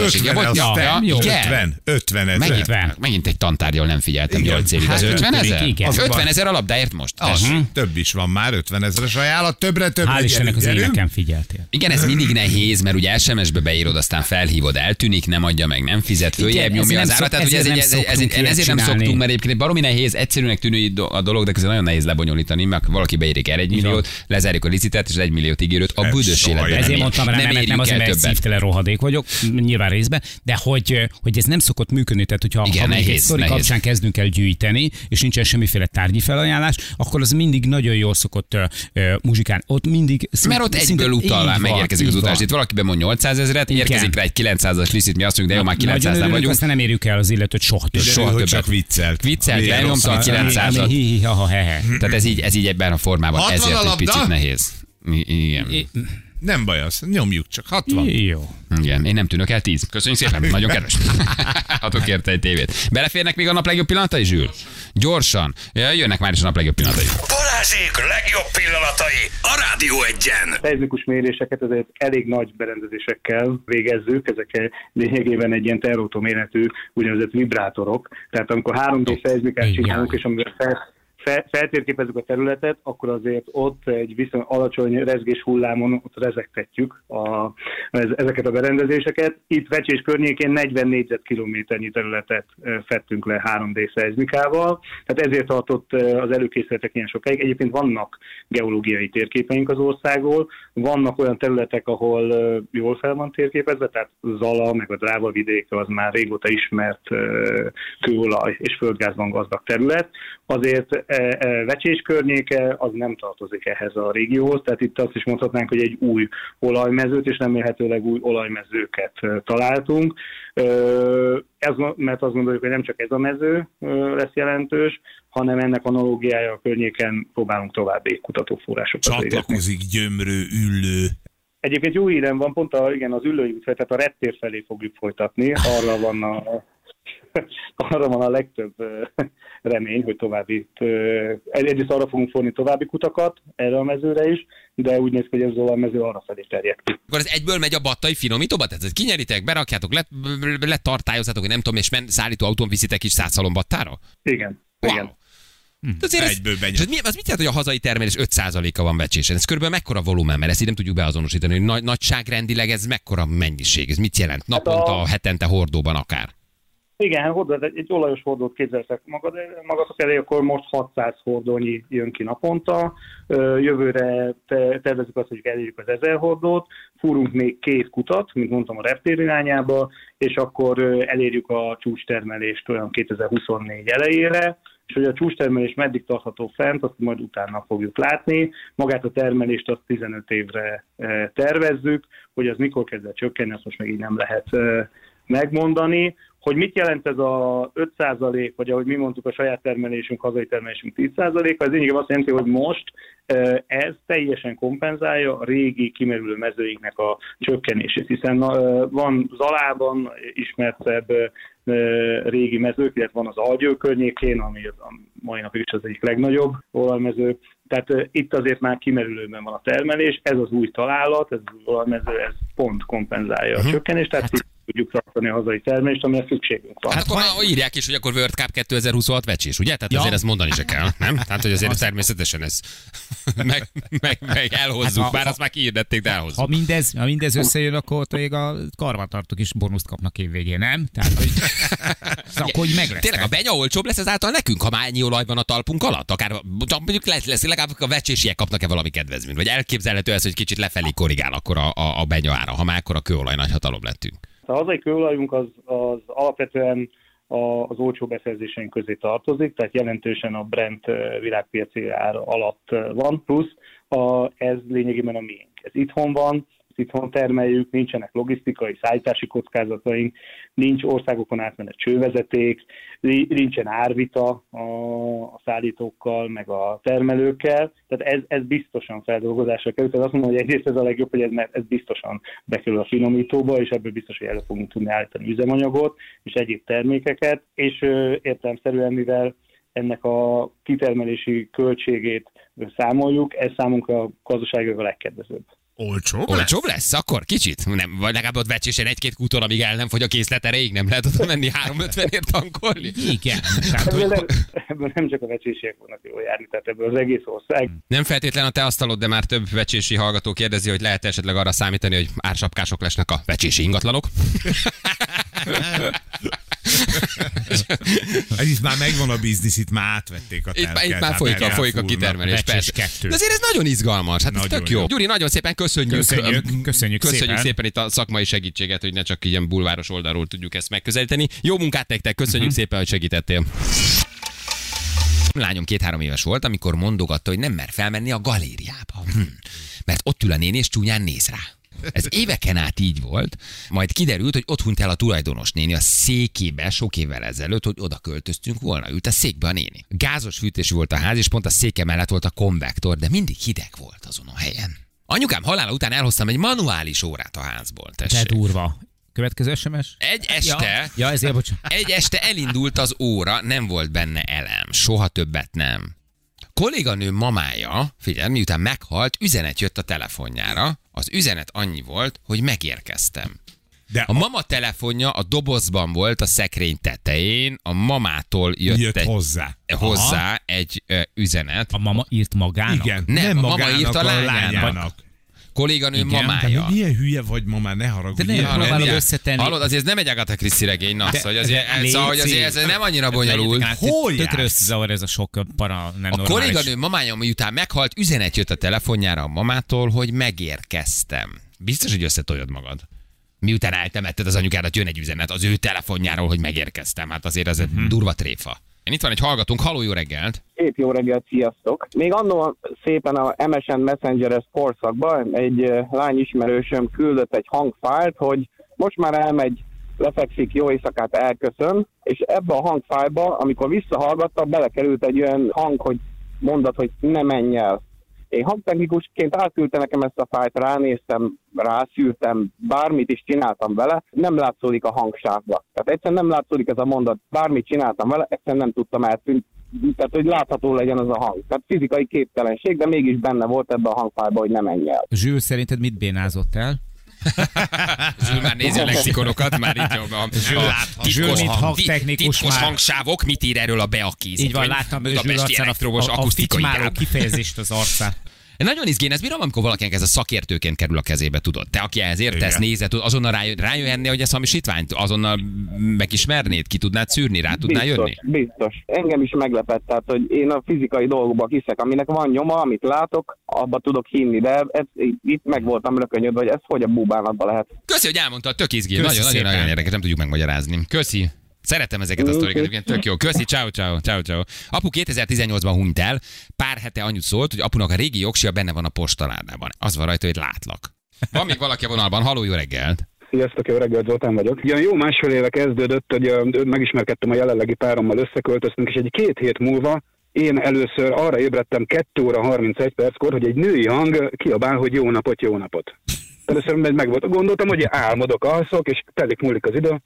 50 ezer. Megint egy tantárgyal nem figyeltem 8 évig. Az 50 ezer? 50 ezer a labdáért most. Több is van már, 50 ezeres ajánlat, többre. Hál' Istennek az éveken figyeltél. Igen, ez mindig nehéz, mert ugye SMS-be beírod, aztán felhívod, eltűnik, nem adja meg, nem fizet, följebb nyomja az árat. Tehát ezért nem szoktunk, mert egyébként baromi nehéz, egyszerűnek tűnő a dolog, de közben nagyon nehéz lebonyolítani, mert valaki beírik el 1 milliót, lezárjuk a licitát, és 1 milliót ígérőt a büdös életben. Ezért mondtam rá, nem azért, mert szívtelen rohadék vagyok, nyilván részben, de hogy ez nem szokott működni, tehát hogyha egy sztori kapcsán kezdünk el gyűjteni, és nincsen semmiféle tárgyi felajánlás, akkor az mindig nagyon jól szokott muzsikán. Ott mindig... Mert ott egyből utal, megérkezik az utalás. Itt valaki bemond 800 ezeret, érkezik rá egy 900-as licit, mi azt mondjuk, de jó, már 900-nál vagyunk. Aztán nem érjük el az illetőt soha többet. Csak viccelt. Lenyomtam a 900-at. Tehát ez így ebben a formában, ezért egy picit nehéz. Igen. Nem baj, azt nyomjuk, csak 60. Jó. Igen, én nem tűnök el 10. Köszönjük szépen, nagyon kedves. Adok érte egy tévét. Beleférnek még a nap legjobb pillanatai, Zsül? Gyorsan. Ja, jönnek már is a nap legjobb pillanatai. Balázsék legjobb pillanatai a Rádió 1-en. Szeizmikus méréseket ezért elég nagy berendezésekkel végezzük, ezek lényegében egy ilyen terautó méretű úgynevezett vibrátorok. Tehát amikor 3D szeizmikát csinálunk, és amivel feltérképezzük a területet, akkor azért ott egy viszonylag alacsony rezgés hullámon ott rezegtetjük ezeket a berendezéseket. Itt Vecsés környékén 40 négyzetkilométernyi területet fettünk le 3D szeizmikával, tehát ezért tartott az előkészületek ilyen sokáig. Egyébként vannak geológiai térképeink az országból, vannak olyan területek, ahol jól fel van térképezve, tehát Zala, meg a Dráva vidéke az már régóta ismert kőolaj és földgázban gazdag terület. Azért Vecsés környéke az nem tartozik ehhez a régióhoz, tehát itt azt is mondhatnánk, hogy egy új olajmezőt, és remélhetőleg új olajmezőket találtunk, mert azt gondoljuk, hogy nem csak ez a mező lesz jelentős, hanem ennek analógiája a környéken próbálunk további kutatóforrásokat végezni. Csatlakozik Gyömrő, Üllő. Egyébként jó hírem van, pont az Üllői út, tehát a reptér felé fogjuk folytatni, arra van a legtöbb remény, hogy további, egyrészt arra fogunk forni további kutakat, erre a mezőre is, de úgy néz ki, hogy ez a mező arra felé terjed ki. Akkor ez egyből megy a battai finomítóba? Tehát kinyeritek, berakjátok, letartályozzátok, hogy nem tudom, és szállító autón viszitek is 100 szalombattára? Igen. Wow. Igen. Egyből megy. Az mit jelent, hogy a hazai termelés 5%-a van Vecsésen? Ez körülbelül mekkora volumen, mert ezt így nem tudjuk beazonosítani, hogy nagyságrendileg ez mekkora mennyiség? Ez mit jelent? Naponta, hetente, hordóban akár? Igen, egy olajos hordót képzeltek magatok elé, akkor most 600 hordónyi jön ki naponta. Jövőre tervezzük azt, hogy elérjük az 1000 hordót, fúrunk még 2 kutat, mint mondtam, a reptér irányába, és akkor elérjük a csúcstermelést olyan 2024 elejére, és hogy a csúcstermelés meddig tartható fent, azt majd utána fogjuk látni. Magát a termelést azt 15 évre tervezzük, hogy az mikor kezd el csökkenni, azt most még így nem lehet megmondani. Hogy mit jelent ez a 5%, vagy ahogy mi mondtuk, a saját termelésünk, hazai termelésünk 10%, az lényegében azt jelenti, hogy most ez teljesen kompenzálja a régi kimerülő mezőinknek a csökkenését, hiszen van Zalában ismertebb régi mezők, illetve van az Algyő környékén, ami a mai napig is az egyik legnagyobb olajmező. Tehát itt azért már kimerülőben van a termelés, ez az új találat, ez az új olajmező, ez pont kompenzálja a csökkenést, tehát tudjuk tartani a hazai termelést, amire szükségünk van. Hát akkor írják is, hogy akkor World Cup 2026 Vecsés, ugye? Tehát azért ezt mondani se kell, nem? Tehát, hogy azért természetesen ez meg elhozzuk, hát, bár azt már kiirdették, de elhozzuk. Ha mindez összejön, akkor még a karbantartók is bónuszt kapnak évvégén, nem? Tehát, hogy akkor meg lesz. Tényleg a benya olcsóbb lesz ezáltal nekünk, ha már ennyi olaj van a talpunk alatt? Akár mondjuk lesz, legalább a vecsésiek kapnak-e valami kedvezményt? Vagy elképzelhető ez, hogy kicsit lefelé korrigál akkor a benya ára, ha már akkor a kőolaj nagyhatalom lettünk? A hazai kőolajunk az alapvetően az olcsó beszerzéseink közé tartozik, tehát jelentősen a Brent világpiaci ára alatt van, plusz ez lényegében a miénk. Ez itthon van, itthon termeljük, nincsenek logisztikai, szállítási kockázataink, nincs országokon átmenő csővezeték, nincsen árvita a szállítókkal, meg a termelőkkel, tehát ez biztosan feldolgozásra kerül. Tehát azt mondom, hogy egyrészt ez a legjobb, hogy ez biztosan bekerül a finomítóba, és ebből biztos, hogy elő fogunk tudni állítani üzemanyagot, és egyéb termékeket, és értelemszerűen, mivel ennek a kitermelési költségét számoljuk, ez számunkra gazdaságilag a legkedvezőbb. Olcsóbb lesz? Akkor kicsit? Nem, vagy legalább ott Vecsésen 1-2 kúton, amíg el nem fogy a készlet erejéig, nem lehet oda menni 350-ért tankolni? Igen. Ebből nem csak a vecsésiek fognak jól járni, tehát ebből az egész ország. Nem feltétlen a te asztalod, de már több vecsési hallgató kérdezi, hogy lehet esetleg arra számítani, hogy ársapkások lesznek a vecsési ingatlanok. Itt már megvan a biznisz, itt már átvették a terket. Itt már folyik a kitermelés, persze. De azért ez nagyon izgalmas, hát ez tök jó. Gyuri, nagyon szépen köszönjük szépen itt a szakmai segítséget, hogy ne csak ilyen bulváros oldalról tudjuk ezt megközelíteni. Jó munkát nektek, köszönjük szépen, hogy segítettél. Lányom 2-3 éves volt, amikor mondogatta, hogy nem mer felmenni a galériába. Mert ott ül a néni, és csúnyán néz rá. Ez éveken át így volt, majd kiderült, hogy ott hunyt el a tulajdonos néni a székébe sok évvel ezelőtt, hogy oda költöztünk volna, ült a székbe a néni. Gázos fűtésű volt a ház, és pont a széke mellett volt a konvektor, de mindig hideg volt azon a helyen. Anyukám halála után elhoztam egy manuális órát a házból, tessék. De durva. Következő SMS? Egy este elindult az óra, nem volt benne elem. Soha többet nem. Kolléganő mamája, figyelj, miután meghalt, üzenet jött a telefonjára. Az üzenet annyi volt, hogy megérkeztem. De a mama telefonja a dobozban volt a szekrény tetején, a mamától jött hozzá egy üzenet. A mama írt magának? Igen, nem a mama írt a lányának. Kolléganő mamája. De milyen hülye vagy, mama, ne haragudj. De ne próbálod összetenni. Hallod, azért ez nem egy Agatha Christie regény, hogy azért ez nem annyira bonyolult. Tökre összezavar ez a sok para, nem a normális. kolléganő mamája, miután meghalt, üzenet jött a telefonjára a mamától, hogy megérkeztem. Biztos, hogy összetoljad magad. Miután eltemetted az anyukádat, jön egy üzenet az ő telefonjáról, hogy megérkeztem. Hát azért ez egy durva tréfa. Itt van egy hallgatónk, halló, jó reggelt! Szép jó reggelt, sziasztok! Még annól szépen a MSN Messenger-es korszakban egy lányismerősöm küldött egy hangfájlt, hogy most már elmegy, lefekszik, jó éjszakát, elköszön, és ebbe a hangfájlba, amikor visszahallgatta, belekerült egy olyan hang, hogy mondat, hogy ne menj el. Én hangtechnikusként átküldte nekem ezt a fájlt, ránéztem, rászűrtem, bármit is csináltam vele, nem látszódik a hangsávba. Tehát egyszerűen nem látszódik ez a mondat, bármit csináltam vele, egyszerűen nem tudtam eltűnni. Tehát, hogy látható legyen az a hang. Tehát fizikai képtelenség, de mégis benne volt ebben a hangfájlban, hogy nem menj el. Zsül, szerinted mit bénázott el? Zsül már nézi a lexikonokat, már itt a titkos hangsávok, mit ír erről a Beakéz. Így van, láttam Budapesti Elektromos Akusztikai Irány. Kifejezést az arcán. Nagyon izgén, ez bírom, amikor valakinek ez a szakértőként kerül a kezébe, tudod. Te, aki ehhez értesz, nézed, azonnal rájöhetné, hogy ez hamisítványt, azonnal megismernéd, ki tudnád szűrni, rá tudnál jönni? Biztos. Engem is meglepett, tehát, hogy én a fizikai dolgokban hiszek, aminek van nyoma, amit látok, abba tudok hinni, de itt meg voltam rökönyödve, hogy ez hogy a búbánatban lehet. Köszi, hogy elmondtad, tök izgén, nagyon érdekes, nem tudjuk megmagyarázni. Köszi. Szeretem ezeket a sztorikat, tök jó. Köszi, ciao. Apu 2018-ban hunyt el, pár hete annyit szólt, hogy apunak a régi jogsia benne van a postaládában. Az van rajta, hogy látlak. Van még valaki a vonalban, halló, jó reggelt! Sziasztok, jó reggelt, Zoltán vagyok. Ugyan jó másfél éve kezdődött, hogy megismerkedtem a jelenlegi párommal, összeköltöztünk, és egy 2 hét múlva én először arra ébredtem 2 óra 31 perckor, hogy egy női hang kiabál, hogy jó napot, jó napot. Először meg volt, gondoltam, hogy álmodok, alszok, és telik múlik az idő.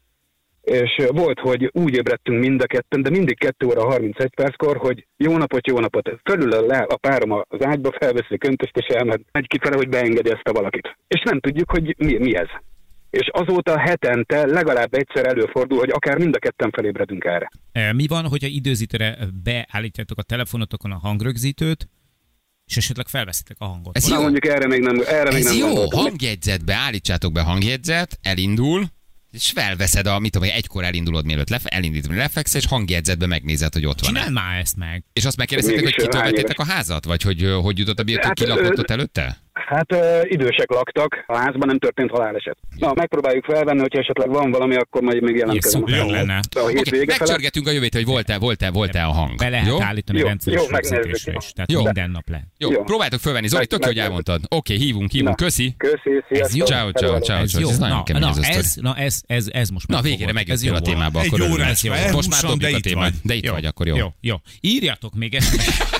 És volt, hogy úgy ébredtünk mind a ketten, de mindig 2 óra 31 perckor, hogy jó napot. Fölül le a párom az ágyba, felveszi köntöst, és elmegy kifele, hogy beengedi ezt a valakit. És nem tudjuk, hogy mi ez. És azóta hetente legalább egyszer előfordul, hogy akár mind a ketten felébredünk erre. Mi van, hogyha időzítőre beállítjátok a telefonotokon a hangrögzítőt, és esetleg felveszitek a hangot? Ez jó. Mondjuk erre még nem ez jó, hangjegyzetbe állítsátok be hangjegyzet, elindul, és felveszed mit tudom, egykor elindulod, mielőtt lefeksz, és hangjegyzetbe megnézed, hogy ott van. Csináld már ezt meg. És azt megkérdeztétek, hogy kitől vettétek a házat? Vagy hogy jutott a birtok, ki lakott ott előtte? Hát idősek laktak, a házban nem történt haláleset. Na, megpróbáljuk felvenni, hogyha esetleg van valami, akkor majd még jelentkezem. Jó lenne. Megcsörgetünk a jövőt, hogy volt-e a hang. Be lehet állítani rendszeres rögzítésre is. Tehát minden nap le. Jó, próbáltok fölvenni. Zoli, tök jó, hogy elmondtad. Oké, hívunk. Köszi. Sziasztok. Ciao. Ez nagyon kemény ez a sztori. Ez most már. Na, végére megjöttél a témába. Egy órás, most már dobjuk a témát. De itt vagy, akkor jó. Írjátok még ezt.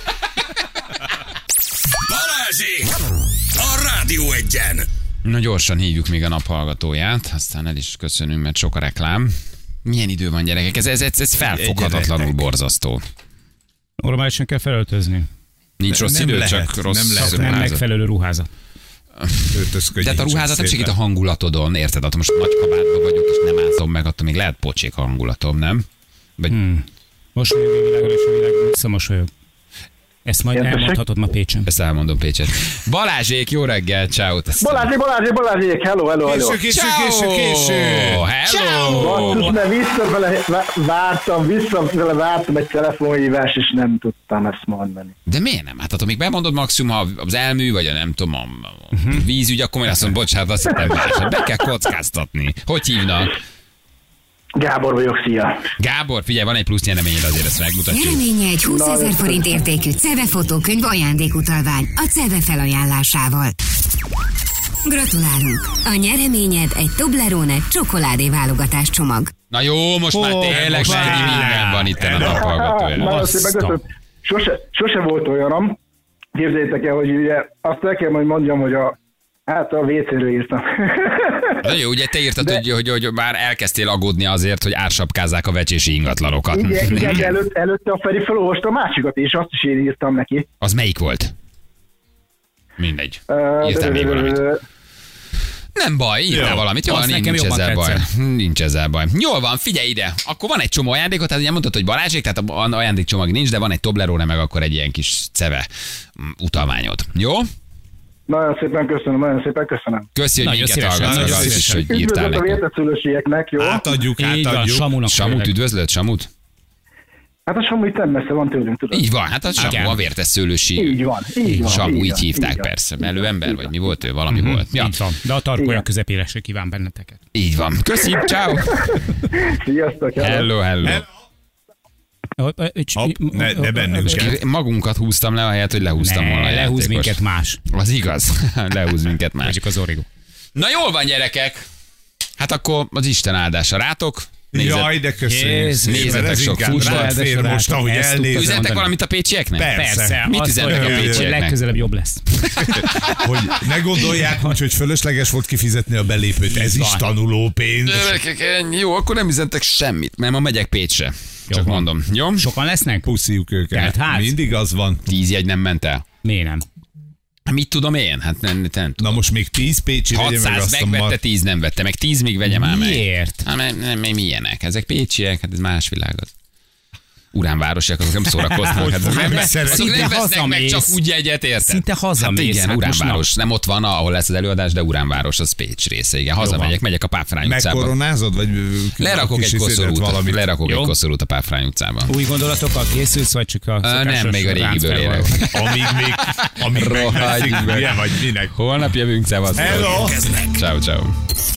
Balázsék! A Rádió Egyen! Na gyorsan hívjuk még a naphallgatóját, aztán el is köszönünk, mert sok a reklám. Milyen idő van, gyerekek? Ez felfoghatatlanul borzasztó. Normálisan kell felöltözni. Nincs rossz idő, csak rossz nem megfelelő ruházat. Tehát a ruházat nem segít a hangulatodon, érted? Attól most nagy kabátban vagyok, és nem ázom meg, attól még lehet pocsék a hangulatom, nem? Vagy... Mosolyog a világra, és a világ visszamosolyog. Ezt majd elmondhatod ma Pécsen. Ezt elmondom Pécsen. Balázsék, jó reggel, ciao. Balázsék, hello. Késő. Hello. Basszus, mert vissza vártam egy telefonhívás, és nem tudtam ezt mondani. De miért nem? Hát attól még bemondod maximum, ha az elmű, vagy a nem tudom, a vízügy, akkor majd azt mondom, bocsánat, azt hittem más. Be kell kockáztatni. Hogy hívnak? Gábor vagyok, szia! Gábor, figyelj, van egy plusz nyereményed, azért ezt megmutatjuk. Nyereménye egy 20 000 forint értékű CEVE fotókönyv ajándékutalvány a CEVE felajánlásával. Gratulálunk! A nyereményed egy Toblerone csokoládé válogatás csomag. Na jó, most már tényleg minden van itt a naphallgatója. Sose volt olyanom, Képzeljétek el, hogy ugye azt el kell majd mondjam, hogy a WC-ről írtam. De jó, ugye te írtad, hogy már elkezdtél aggódni azért, hogy ársapkázzák a vecsési ingatlanokat. Igen, de előtte a Feri felolvasta a másikat, és azt is én írtam neki. Az melyik volt? Mindegy. Írtam még valamit. Nem baj, írtál valamit. Jó, nincs ezzel baj. Nincs ezzel baj. Jól van, figyelj ide. Akkor van egy csomó ajándékot, tehát ugye mondtad, hogy Balázsék, tehát ajándékcsomag nincs, de van egy Toblerone, meg akkor egy ilyen kis ceve utalványod. Jó? Nagyon szépen köszönöm. Köszi, hogy minket hallgatsz, és hogy írtál nekünk. Üdvözlök a vértetszülőségeknek, jó? Átadjuk. Samut üdvözlöd, Samut? Hát a Samu itt nem messze van tőlünk, tudod. Így van, hát a Samu a vértesszőlősi. Így van. Samu, így hívták persze. Melőember, vagy mi volt ő? Valami volt. Ja. Így van, de a tarkolya közepére se kíván benneteket. Így van. Köszi, ciao. Sziasztok. Hello. Ne bennünk kell. Magunkat húztam le, ahelyett, hogy lehúztam volna. Lehúz minket más. Az igaz. Lehúz minket más. Mondjuk az Origo. Na jól van, gyerekek. Hát akkor az Isten áldása rátok. Jaj, de köszönjük. Nézzetek sok futballt. Most, ahogy elnézem. Üzentek valamit a pécsieknek? Persze. Mit üzentek a pécsieknek? Legközelebb jobb lesz. Hogy ne gondolják, hogy fölösleges volt kifizetni a belépőt. Ez is tanuló pénz. Jó, akkor nem üzentek semmit, mert ma megyek Pécsre. Csak mondom. Jó? Sokan lesznek? Puszíjuk őket. Mindig az van. 10 jegy nem ment el. Miért nem? Mit tudom én? Hát nem tudom. Na most még 10 pécsi 600 megvette, 10 nem vette meg. 10 még vegyem már meg. Miért? Hát, mert milyenek? Ezek pécsiek, hát ez más világ az. Uránvárosiak, azok nem szórakoznak. Hát azok nem vesznek meg csak úgy jegyet, érted? Szinte hazamész. Hát igen, Uránváros. Nem ott van, ahol lesz az előadás, de Uránváros az Pécs része. Igen, hazamegyek, megyek a Páfrány utcába. Megkoronázod? Vagy lerakok egy koszorút a Páfrány utcában. Új gondolatokkal készülsz, vagy csak a nem, még a régiből élek. Amíg meg vagy minek. Holnap jövünk, szevasz. Hello! Ciao.